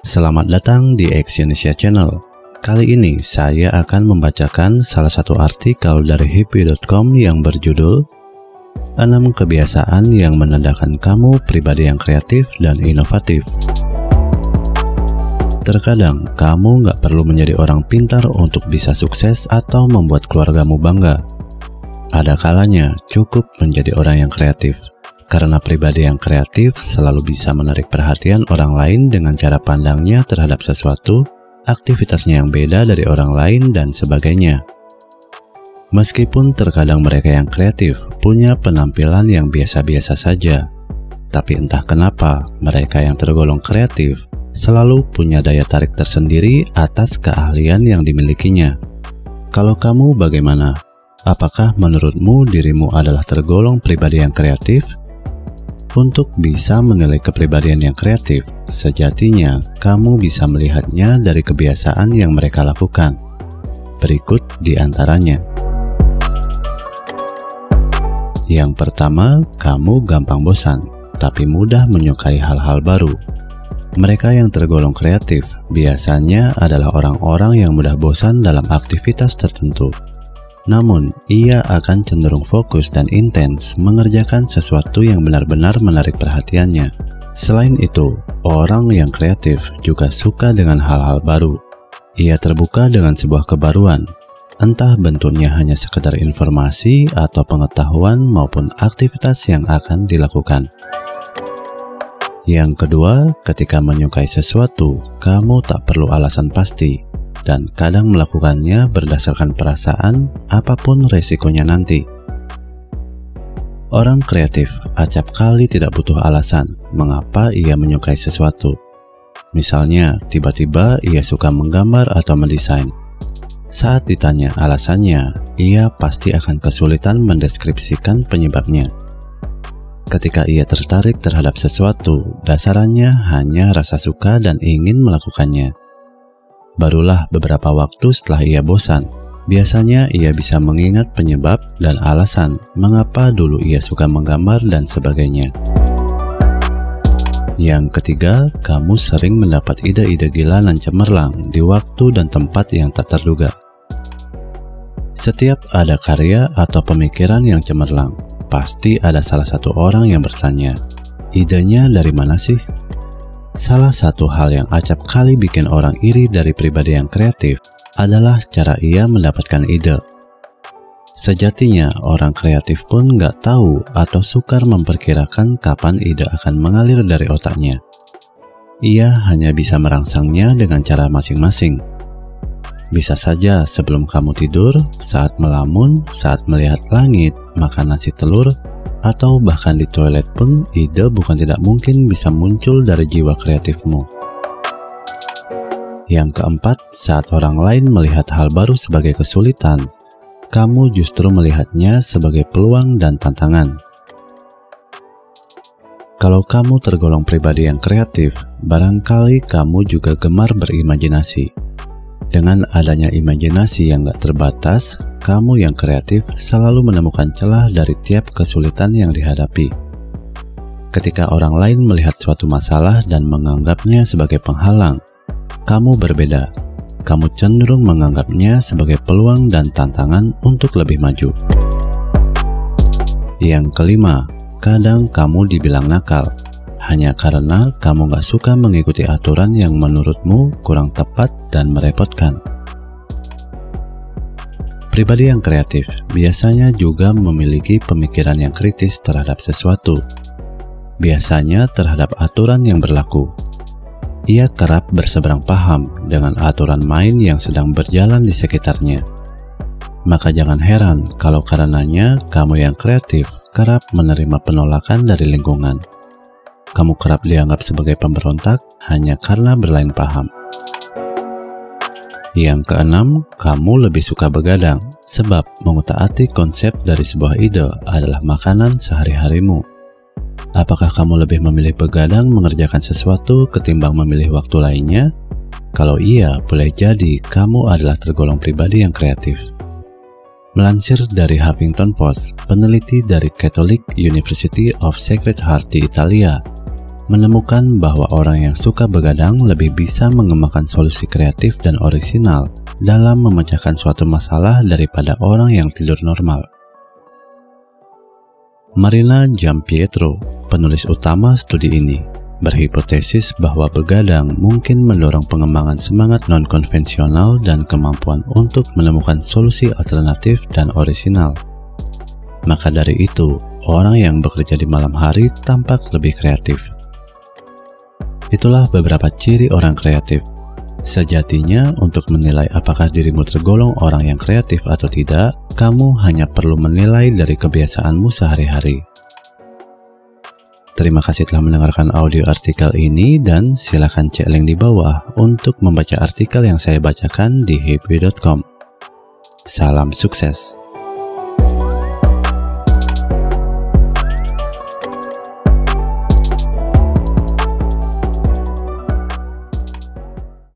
Selamat datang di Exyonesia Channel. Kali ini saya akan membacakan salah satu artikel dari Hippie.com yang berjudul 6 kebiasaan yang menandakan kamu pribadi yang kreatif dan inovatif. Terkadang kamu nggak perlu menjadi orang pintar untuk bisa sukses atau membuat keluargamu bangga. Ada kalanya cukup menjadi orang yang kreatif. Karena pribadi yang kreatif selalu bisa menarik perhatian orang lain dengan cara pandangnya terhadap sesuatu, aktivitasnya yang beda dari orang lain, dan sebagainya. Meskipun terkadang mereka yang kreatif punya penampilan yang biasa-biasa saja, tapi entah kenapa mereka yang tergolong kreatif selalu punya daya tarik tersendiri atas keahlian yang dimilikinya. Kalau kamu bagaimana? Apakah menurutmu dirimu adalah tergolong pribadi yang kreatif? Untuk bisa menilai kepribadian yang kreatif, sejatinya kamu bisa melihatnya dari kebiasaan yang mereka lakukan. Berikut di antaranya. Yang pertama, kamu gampang bosan, tapi mudah menyukai hal-hal baru. Mereka yang tergolong kreatif biasanya adalah orang-orang yang mudah bosan dalam aktivitas tertentu. Namun, ia akan cenderung fokus dan intens mengerjakan sesuatu yang benar-benar menarik perhatiannya. Selain itu, orang yang kreatif juga suka dengan hal-hal baru. Ia terbuka dengan sebuah kebaruan, entah bentuknya hanya sekedar informasi atau pengetahuan maupun aktivitas yang akan dilakukan. Yang kedua, ketika menyukai sesuatu, kamu tak perlu alasan pasti, dan kadang melakukannya berdasarkan perasaan apapun resikonya nanti. Orang kreatif acap kali tidak butuh alasan mengapa ia menyukai sesuatu. Misalnya, tiba-tiba ia suka menggambar atau mendesain. Saat ditanya alasannya, ia pasti akan kesulitan mendeskripsikan penyebabnya. Ketika ia tertarik terhadap sesuatu, dasarannya hanya rasa suka dan ingin melakukannya. Barulah beberapa waktu setelah ia bosan, biasanya ia bisa mengingat penyebab dan alasan mengapa dulu ia suka menggambar dan sebagainya. Yang ketiga, kamu sering mendapat ide-ide gila dan cemerlang di waktu dan tempat yang tak terduga. Setiap ada karya atau pemikiran yang cemerlang, pasti ada salah satu orang yang bertanya, idenya dari mana sih? Salah satu hal yang acap kali bikin orang iri dari pribadi yang kreatif adalah cara ia mendapatkan ide. Sejatinya, orang kreatif pun nggak tahu atau sukar memperkirakan kapan ide akan mengalir dari otaknya. Ia hanya bisa merangsangnya dengan cara masing-masing. Bisa saja sebelum kamu tidur, saat melamun, saat melihat langit, makan nasi telur, atau bahkan di toilet pun ide bukan tidak mungkin bisa muncul dari jiwa kreatifmu. Yang keempat, saat orang lain melihat hal baru sebagai kesulitan, kamu justru melihatnya sebagai peluang dan tantangan. Kalau kamu tergolong pribadi yang kreatif, barangkali kamu juga gemar berimajinasi. Dengan adanya imajinasi yang gak terbatas, kamu yang kreatif selalu menemukan celah dari tiap kesulitan yang dihadapi. Ketika orang lain melihat suatu masalah dan menganggapnya sebagai penghalang, kamu berbeda. Kamu cenderung menganggapnya sebagai peluang dan tantangan untuk lebih maju. Yang kelima, kadang kamu dibilang nakal, hanya karena kamu gak suka mengikuti aturan yang menurutmu kurang tepat dan merepotkan. Pribadi yang kreatif biasanya juga memiliki pemikiran yang kritis terhadap sesuatu, biasanya terhadap aturan yang berlaku. Ia kerap berseberang paham dengan aturan main yang sedang berjalan di sekitarnya. Maka jangan heran kalau karenanya kamu yang kreatif kerap menerima penolakan dari lingkungan. Kamu kerap dianggap sebagai pemberontak hanya karena berlain paham. Yang keenam, kamu lebih suka begadang, sebab mengutak-atik konsep dari sebuah ide adalah makanan sehari-harimu. Apakah kamu lebih memilih begadang mengerjakan sesuatu ketimbang memilih waktu lainnya? Kalau iya, boleh jadi kamu adalah tergolong pribadi yang kreatif. Melansir dari Huffington Post, peneliti dari Catholic University of Sacred Heart di Italia menemukan bahwa orang yang suka begadang lebih bisa mengembangkan solusi kreatif dan orisinal dalam memecahkan suatu masalah daripada orang yang tidur normal. Marina Giampietro, penulis utama studi ini, berhipotesis bahwa begadang mungkin mendorong pengembangan semangat non-konvensional dan kemampuan untuk menemukan solusi alternatif dan orisinal. Maka dari itu, orang yang bekerja di malam hari tampak lebih kreatif. Itulah beberapa ciri orang kreatif. Sejatinya, untuk menilai apakah dirimu tergolong orang yang kreatif atau tidak, kamu hanya perlu menilai dari kebiasaanmu sehari-hari. Terima kasih telah mendengarkan audio artikel ini dan silakan cek link di bawah untuk membaca artikel yang saya bacakan di happy.com. Salam sukses!